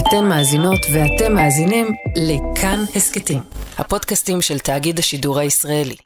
אתן מאזינות ואתם מאזינים לכאן הסקטים, הפודקאסטים של תאגיד השידור הישראלי.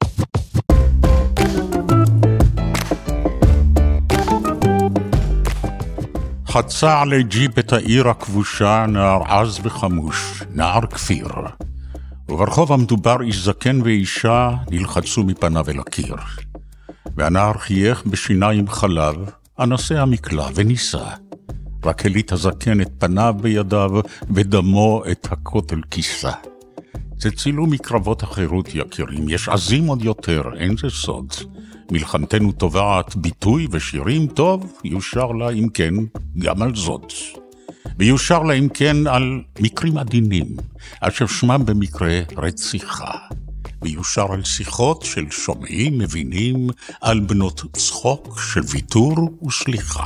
חצה עלי ג'יפ את העיר הכבושה נער עז וחמוש, נער כפיר. וברחוב המדובר איש זקן ואישה נלחצו מפניו אל הקיר. והנער חייך בשיניים חלב, אנסה המקלע וניסה. רק הליט הזקן את פניו בידיו ודמו את הכותל כיסה. צצילו מקרבות החירות יקירים, יש עזים עוד יותר, אין זה סוד. מלחמתנו תובעת ביטוי ושירים טוב, יושר לה אם כן גם על זאת. ויושר לה אם כן על מקרים עדינים, אשר שמם במקרה רציחה. ויושר על שיחות של שומעים מבינים, על בנות צחוק של ויתור וסליחה.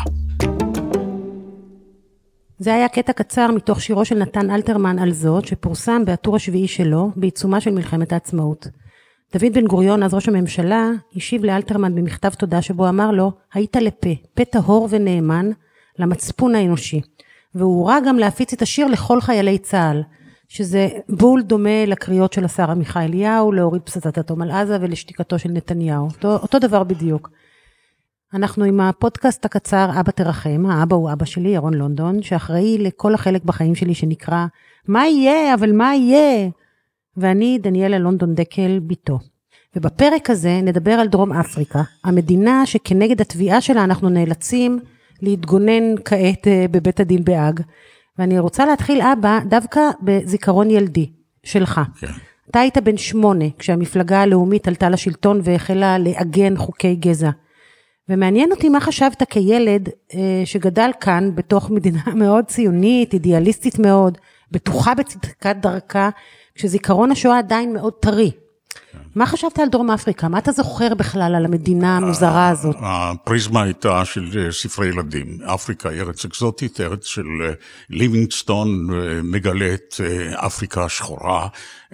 זה היה קטע קצר מתוך שירו של נתן אלתרמן על זאת, שפורסם בטור השביעי שלו, בעיצומה של מלחמת העצמאות. דוד בן גוריון, אז ראש הממשלה, השיב לאלתרמן במכתב תודה שבו אמר לו, היית לפה, פה טהור ונאמן למצפון האנושי. והוא הורה גם להפיץ את השיר לכל חיילי צה"ל, שזה בול דומה לקריאות של השר עמיחי אליהו, להוריד פצצת אטום על עזה ולשתיקתו של נתניהו. אותו דבר בדיוק. אנחנו עם הפודקאסט הקצר אבא תרחם, האבא הוא אבא שלי, ירון לונדון, שאחראי לכל החלק בחיים שלי שנקרא, מה יהיה, אבל מה יהיה? ואני דניאלה לונדון דקל ביתו. ובפרק הזה נדבר על דרום אפריקה, המדינה שכנגד התביעה שלה אנחנו נאלצים להתגונן כעת בבית הדין בהאג. ואני רוצה להתחיל אבא דווקא בזיכרון ילדי שלך. כן. אתה היית בן 8 כשהמפלגה הלאומית עלתה לשלטון והחלה לעגן חוקי גזע. ומעניין אותי מה חשבת כילד שגדל כאן בתוך מדינה מאוד ציונית, אידיאליסטית מאוד, בטוחה בצדקת דרכה, כשזיכרון השואה עדיין מאוד טרי. מה חשבת על דרום אפריקה? מה אתה זוכר בכלל על המדינה המוזרה הזאת? הפריזמה הייתה של ספרי ילדים. אפריקה היא ארץ אקזוטית, ארץ של ליבינגסטון, מגלה את אפריקה השחורה,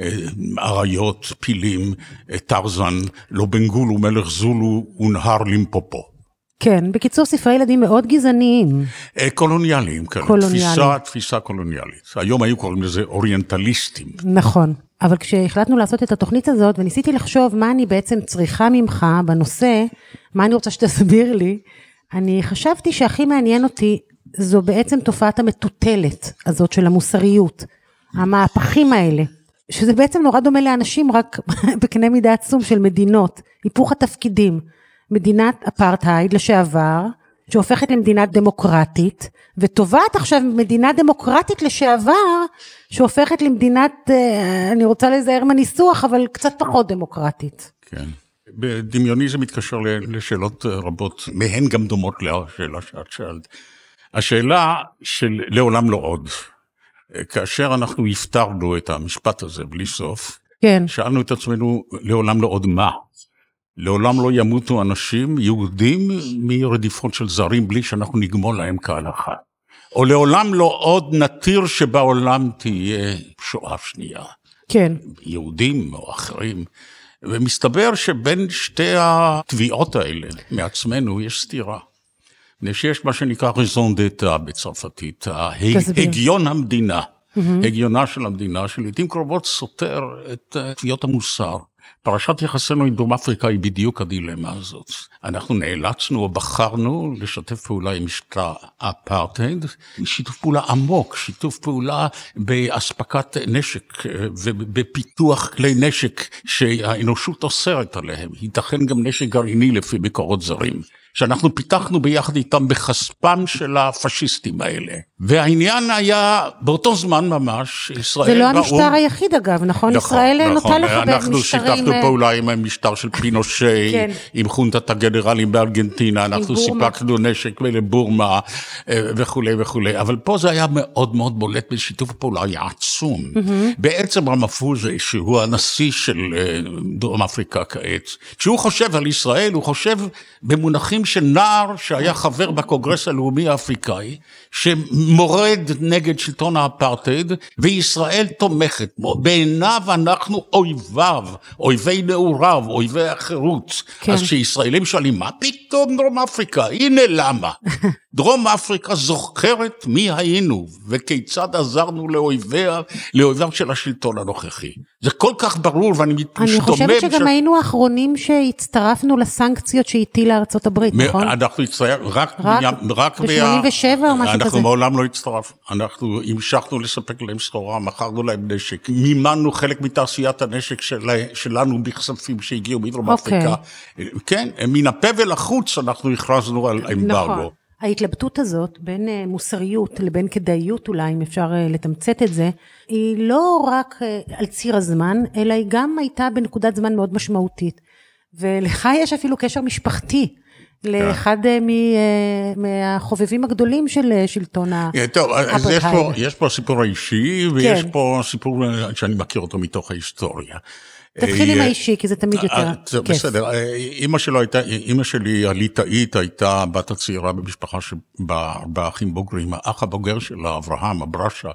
אריות, פילים, טרזן, לובנגול ומלך זולו ונהר לימפופו. כן, בקיצור ספרי ילדים מאוד גזעניים. קולוניאליים, כן. תפיסה קולוניאלית. היום היו קוראים לזה אוריינטליסטים. נכון. אבל כשהחלטנו לעשות את התוכנית הזאת, וניסיתי לחשוב מה אני בעצם צריכה ממך בנושא, מה אני רוצה שתסביר לי, אני חשבתי שהכי מעניין אותי, זו בעצם תופעת המטוטלת הזאת של המוסריות, המהפכים האלה, שזה בעצם נורא דומה לאנשים רק בקנה מידה עצום של מדינות, היפוך התפקידים, מדינת אפרטהייד לשעבר, שהופכת למדינה דמוקרטית, וטובעת עכשיו מדינה דמוקרטית לשעבר, שהופכת למדינת, אני רוצה להיזהר מהניסוח, אבל קצת פחות דמוקרטית. כן. בדמיוני זה מתקשר לשאלות רבות, מהן גם דומות לשאלה שאת שאלת. השאלה של לעולם לא עוד. כאשר אנחנו הפתרנו את המשפט הזה בלי סוף, כן. שאלנו את עצמנו לעולם לא עוד מה. לעולם לא ימותו אנשים יהודים מרדיפות של זרים בלי שאנחנו נגמול להם כהלכה. או לעולם לא עוד נתיר שבעולם תהיה שואה שנייה. כן. יהודים או אחרים. ומסתבר שבין שתי התביעות האלה מעצמנו יש סתירה. שיש מה שנקרא raison d'etat בצרפתית, הגיון המדינה. הגיונה של המדינה שלעיתים קרובות סותר את תביעות המוסר. פרשת יחסינו עם דרום אפריקה היא בדיוק הדילמה הזאת. אנחנו נאלצנו או בחרנו לשתף פעולה עם משטר האפרטהייד, שיתוף פעולה עמוק, שיתוף פעולה באספקת נשק ובפיתוח כלי נשק שהאנושות אוסרת עליהם. ייתכן גם נשק גרעיני לפי מקורות זרים, שאנחנו פיתחנו ביחד איתם בחספם של הפשיסטים האלה. והעניין היה באותו זמן ממש, ישראל זה לא המשטר היחיד אגב, נכון? ישראל נוטה לחבר משטרים. אנחנו שיתפנו פעולה עם המשטר של פינושי, עם חונטת הגנרלים בארגנטינה, אנחנו סיפקנו נשק לבורמה וכו' וכו'. אבל פה זה היה מאוד מאוד בולט בשיתוף פעולה, היה עצום. בעצם רמפוזה, שהוא הנשיא של דרום אפריקה כעת, כשהוא חושב על ישראל, הוא חושב במונחים של נער שהיה חבר בקונגרס הלאומי האפריקאי, שמורד נגד שלטון האפרטהייד, וישראל תומכת בו. בעיניו אנחנו אויביו, אויבי נעוריו, אויבי החירות. כן. אז כשישראלים שואלים, מה פתאום דרום אפריקה? הנה למה. דרום אפריקה זוכרת מי היינו, וכיצד עזרנו לאויביו של השלטון הנוכחי. זה כל כך ברור, ואני משתומם. אני חושבת שגם היינו האחרונים שהצטרפנו לסנקציות שהטילה ארצות הברית, נכון? אנחנו הצטרפנו, רק ב-87 או משהו כזה. אנחנו מעולם לא הצטרפנו. אנחנו המשכנו לספק להם סחורה, מכרנו להם נשק, מימנו חלק מתעשיית הנשק שלנו בכספים שהגיעו מדרום אפריקה. כן, מן הפה ולחוץ אנחנו הכרזנו על אמברגו. נכון. ההתלבטות הזאת בין מוסריות לבין כדאיות אולי, אם אפשר לתמצת את זה, היא לא רק על ציר הזמן, אלא היא גם הייתה בנקודת זמן מאוד משמעותית. ולך יש אפילו קשר משפחתי, לאחד מהחובבים הגדולים של שלטון האפרטהייד. טוב, אז יש פה סיפור האישי, ויש פה סיפור שאני מכיר אותו מתוך ההיסטוריה. תתחיל עם האישי, כי זה תמיד יותר כיף. בסדר, אמא שלי הליטאית הייתה בת הצעירה במשפחה באחים בוגרים, האח הבוגר שלה, אברהם, אברשה,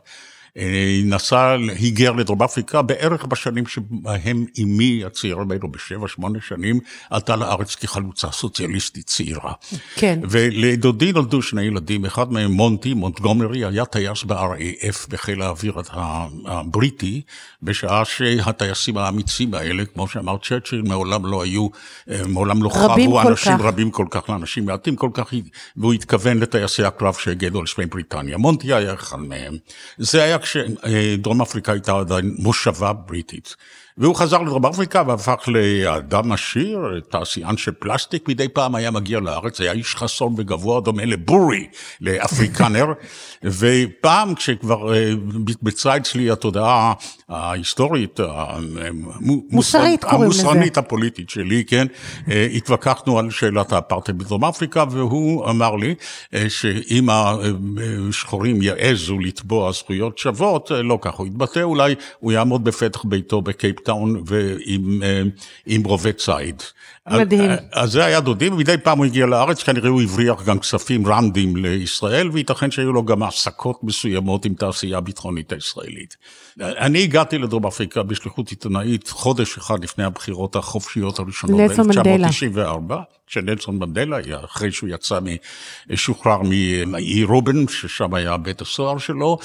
היגר לדרום אפריקה בערך בשנים שבהם אמי הצעירה בינו ב7-8 שנים, עלתה לארץ כחלוצה סוציאליסטית צעירה. כן. ולדודי נולדו שני ילדים, אחד מהם מונטגומרי, היה טייס ב-RAF בחיל האוויר הבריטי, בשעה שהטייסים האמיצים האלה, כמו שאמר צ'רצ'יל, מעולם לא חוו אנשים רבים כל כך, לאנשים מעטים כל כך, והוא התכוון לטייסי הקרב שהגנו על שמי בריטניה. מונטי היה אחד מהם. זה היה כשדרום אפריקה הייתה עדיין מושבה בריטית. והוא חזר לדרום אפריקה והפך לאדם עשיר, תעשיין של פלסטיק, מדי פעם היה מגיע לארץ, היה איש חסון וגבוה, דומה לבורי, לאפריקנר, ופעם כשכבר ביצעה אצלי התודעה ההיסטורית, המוסרנית הפוליטית שלי, כן, התווכחנו על שאלת האפרטהייד בדרום אפריקה, והוא אמר לי שאם השחורים יעזו לתבוע זכויות שוות, לא כך הוא יתבטא, אולי הוא יעמוד בפתח ביתו בקייפ טאון ועם רובה ציד. מדהים. אז זה היה דודי, ומדי פעם הוא הגיע לארץ, כנראה הוא הבריח גם כספים רנדים לישראל, וייתכן שהיו לו גם עסקות מסוימות עם תעשייה הביטחונית הישראלית. אני הגעתי לדרום אפריקה בשליחות עיתונאית חודש אחד לפני הבחירות החופשיות הראשונות, ב-1994, שנלסון מנדלה, אחרי שהוא יצא משוחרר מאי רובן, ששם היה בית הסוהר שלו,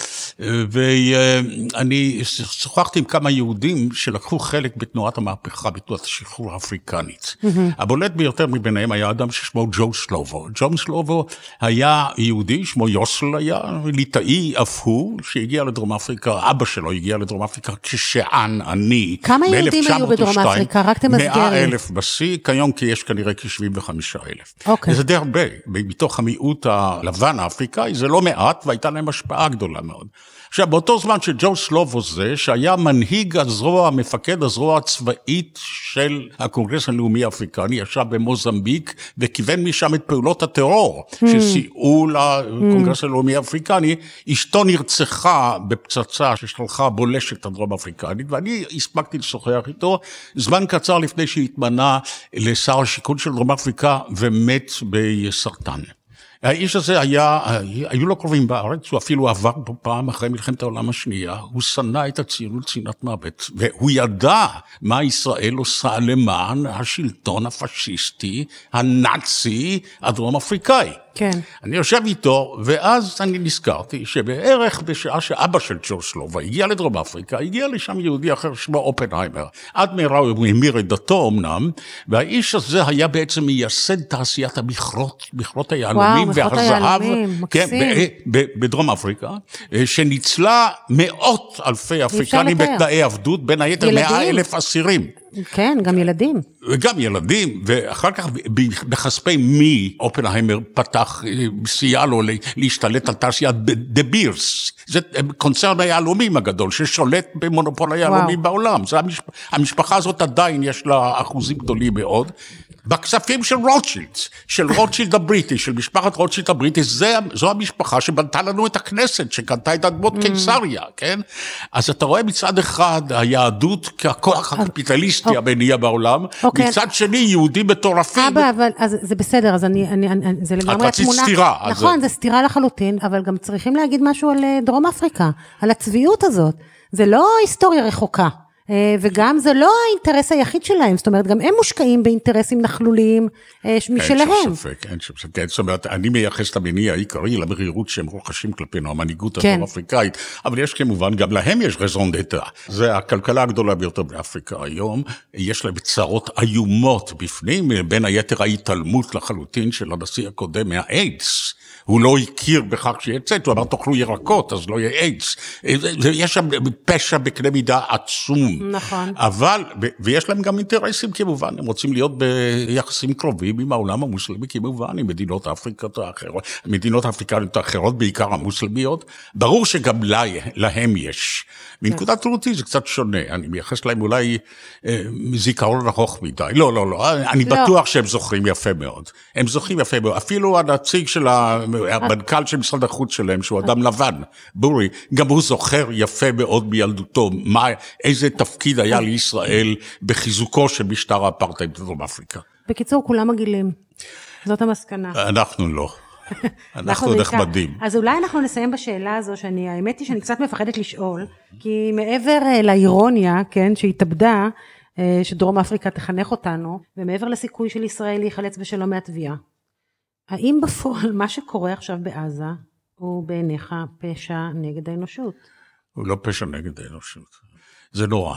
ואני שוחחתי עם כמה יהודים שלקחו חלק בתנועת המהפכה, בתנועת השחרור האפריקנית. הבולט ביותר מביניהם היה אדם ששמו ג'ו שלובו. ג'ו שלובו היה יהודי, שמו יוסל היה, ליטאי אף הוא, שהגיע לדרום אפריקה, אבא שלו הגיע לדרום אפריקה כשען עני. כמה יהודים היו בדרום אפריקה? רק תמסגרי. 100,000 בשיא, כיום כי יש כנראה כ75,000. זה די הרבה, מתוך המיעוט הלבן האפריקאי, זה לא מעט, והייתה להם השפעה גדולה מאוד. עכשיו, באותו זמן שג'ו שלובו זה, שהיה מנהיג הזרוע, מפקד הזרוע הצבאית של הקונגרס הלאומי האפריקני, ישב במוזמביק, וכיוון משם את פעולות הטרור, שסייעו לקונגרס הלאומי האפריקני, אשתו נרצחה בפצצה ששלחה בולשת הדרום אפריקנית, ואני הספקתי לשוחח איתו, זמן קצר לפני שהתמנה לשר השיכון של דרום אפריקה, ומת בסרטן. האיש הזה היו לו קרובים בארץ, הוא אפילו עבר פה פעם אחרי מלחמת העולם השנייה, הוא שנא את הציונות שנאת מוות, והוא ידע מה ישראל עושה למען השלטון הפשיסטי, הנאצי, הדרום אפריקאי. כן. אני יושב איתו, ואז אני נזכרתי שבערך בשעה שאבא של ג'ו שלובו הגיע לדרום אפריקה, הגיע לשם יהודי אחר שמו אופנהיימר. עד מהרה הוא המיר את דתו אמנם, והאיש הזה היה בעצם מייסד תעשיית מכרות היהלומים והזהב, כן, בדרום אפריקה, שניצלה מאות אלפי אפריקנים בתנאי עבדות, בין היתר 100,000 אסירים. כן, גם ילדים. וגם ילדים, ואחר כך בכספי מי אופנהיימר פתח, סייע לו להשתלט על תעשיית דה בירס. זה קונצרן היהלומים הגדול, ששולט במונופול היהלומים בעולם. המשפחה הזאת עדיין יש לה אחוזים גדולים מאוד. בכספים של רוטשילד הבריטי, של משפחת רוטשילד הבריטי, זו המשפחה שבנתה לנו את הכנסת, שקנתה את אדמות קיסריה, כן? אז אתה רואה מצד אחד היהדות ככוח הקפיטליסטי המניע בעולם, מצד שני יהודים מטורפים. אבא, אבל זה בסדר, אז זה לגמרי התמונה. את רצית סתירה. נכון, זה סתירה לחלוטין, אבל גם צריכים להגיד משהו על דרום אפריקה, על הצביעות הזאת. זה לא היסטוריה רחוקה. וגם זה לא האינטרס היחיד שלהם, זאת אומרת, גם הם מושקעים באינטרסים נכלוליים משלהם. אין שום ספק, זאת אומרת, אני מייחס את המניע העיקרי למרירות שהם רוכשים כלפינו, המנהיגות הדרום-אפריקאית, אבל יש כמובן, גם להם יש רזון דטה. זה הכלכלה הגדולה ביותר באפריקה היום, יש להם צרות איומות בפנים, בין היתר ההתעלמות לחלוטין של הנשיא הקודם מהאיידס, הוא לא הכיר בכך שיצאת, הוא אמר תאכלו ירקות, אז לא יהיה איידס. יש שם פשע בקנה מידה עצום. נכון. אבל, ויש להם גם אינטרסים כמובן, הם רוצים להיות ביחסים קרובים עם העולם המוסלמי כמובן, עם מדינות אפריקות האחרות, מדינות אפריקניות האחרות, בעיקר המוסלמיות. ברור שגם להם יש. מנקודת ראותי זה קצת שונה, אני מייחס להם אולי זיכרון ארוך מדי. לא, אני בטוח שהם זוכרים יפה מאוד. הם זוכרים יפה מאוד. אפילו הנציג של המנכ"ל של משרד החוץ שלהם, שהוא אדם לבן, בורי, גם הוא זוכר יפה מאוד בילדותו, איזה תפקיד היה לישראל בחיזוקו של משטר האפרטהייד בדרום אפריקה. בקיצור, כולם מגעילים. זאת המסקנה. אנחנו לא. אנחנו נחמדים. אז אולי אנחנו נסיים בשאלה הזו, האמת היא שאני קצת מפחדת לשאול, כי מעבר לאירוניה, כן, שהתאבדה, שדרום אפריקה תחנך אותנו, ומעבר לסיכוי של ישראל להיחלץ בשלום מהתביעה, האם בפועל מה שקורה עכשיו בעזה, הוא בעיניך פשע נגד האנושות? הוא לא פשע נגד האנושות. זה נורא.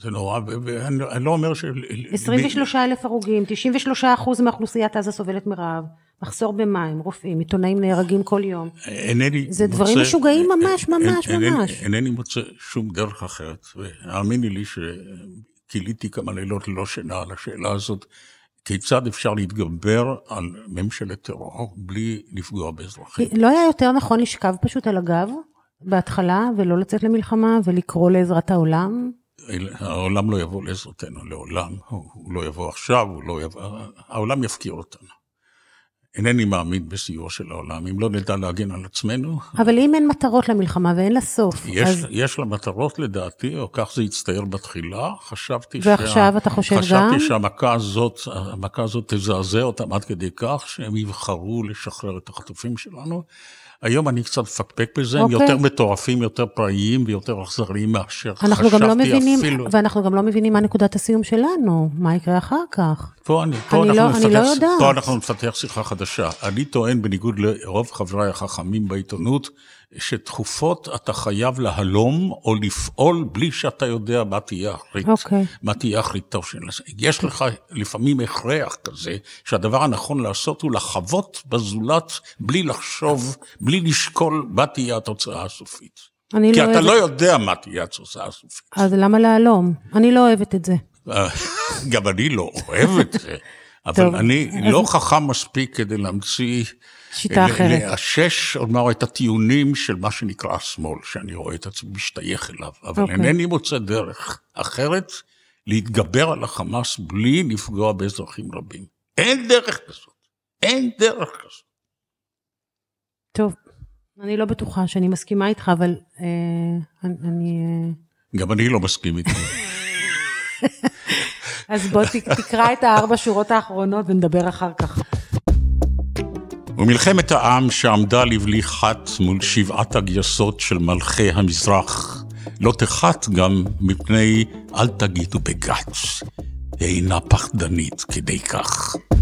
ואני לא אומר 23,000 הרוגים, 93% מאוכלוסיית עזה סובלת מרעב, מחסור במים, רופאים, עיתונאים נהרגים כל יום. זה דברים משוגעים ממש. אינני מוצא שום דרך אחרת, והאמיני לי שקיליתי כמה לילות ללא שינה על השאלה הזאת, כיצד אפשר להתגבר על ממשלת טרור בלי לפגוע באזרחים? לא היה יותר נכון לשכב פשוט על הגב בהתחלה, ולא לצאת למלחמה ולקרוא לעזרת העולם? העולם לא יבוא לעזרתנו, לעולם. הוא לא יבוא עכשיו, העולם יפקיר אותנו. אינני מאמין בסיוע של העולם, אם לא נדע להגן על עצמנו. אבל אם אין מטרות למלחמה ואין לה סוף. יש לה מטרות לדעתי, או כך זה יצטייר בתחילה, ועכשיו אתה חושב גם? חשבתי שהמכה הזאת תזעזע אותם עד כדי כך, שהם יבחרו לשחרר את החטופים שלנו. היום אני קצת מפקפק בזה, הם יותר מטורפים, יותר פראיים ויותר אכזריים מאשר חשבתי אפילו. ואנחנו גם לא מבינים מה נקודת הסיום שלנו, מה יקרה אחר כך. פה אנחנו נפתח שיחה חדשה. אני טוען בניגוד לרוב חבריי החכמים בעיתונות, שתכופות אתה חייב להלום או לפעול בלי שאתה יודע מה תהיה אחרית. מה תהיה אחרית טוב שנעשה. יש לך לפעמים הכרח כזה, שהדבר הנכון לעשות הוא לחוות בזולת, בלי לחשוב, בלי לשקול מה תהיה התוצאה הסופית. כי אתה לא יודע מה תהיה התוצאה הסופית. אז למה להלום? אני לא אוהבת את זה. גם אני לא אוהב את זה. אבל אני לא חכם מספיק כדי להמציא, שיטה אחרת. לאשש, אומר, את הטיעונים של מה שנקרא השמאל, שאני רואה את עצמי משתייך אליו, אבל אינני מוצא דרך אחרת להתגבר על החמאס בלי לפגוע באזרחים רבים. אין דרך כזאת. טוב, אני לא בטוחה שאני מסכימה איתך, אבל גם אני לא מסכים איתך. אז בוא תקרא את 4 שורות האחרונות ונדבר אחר כך. ומלחמת העם שעמדה לבלי חת מול 7 הגייסות של מלכי המזרח, לא תחת גם מפני אל תגידו בגץ, אינה פחדנית כדי כך.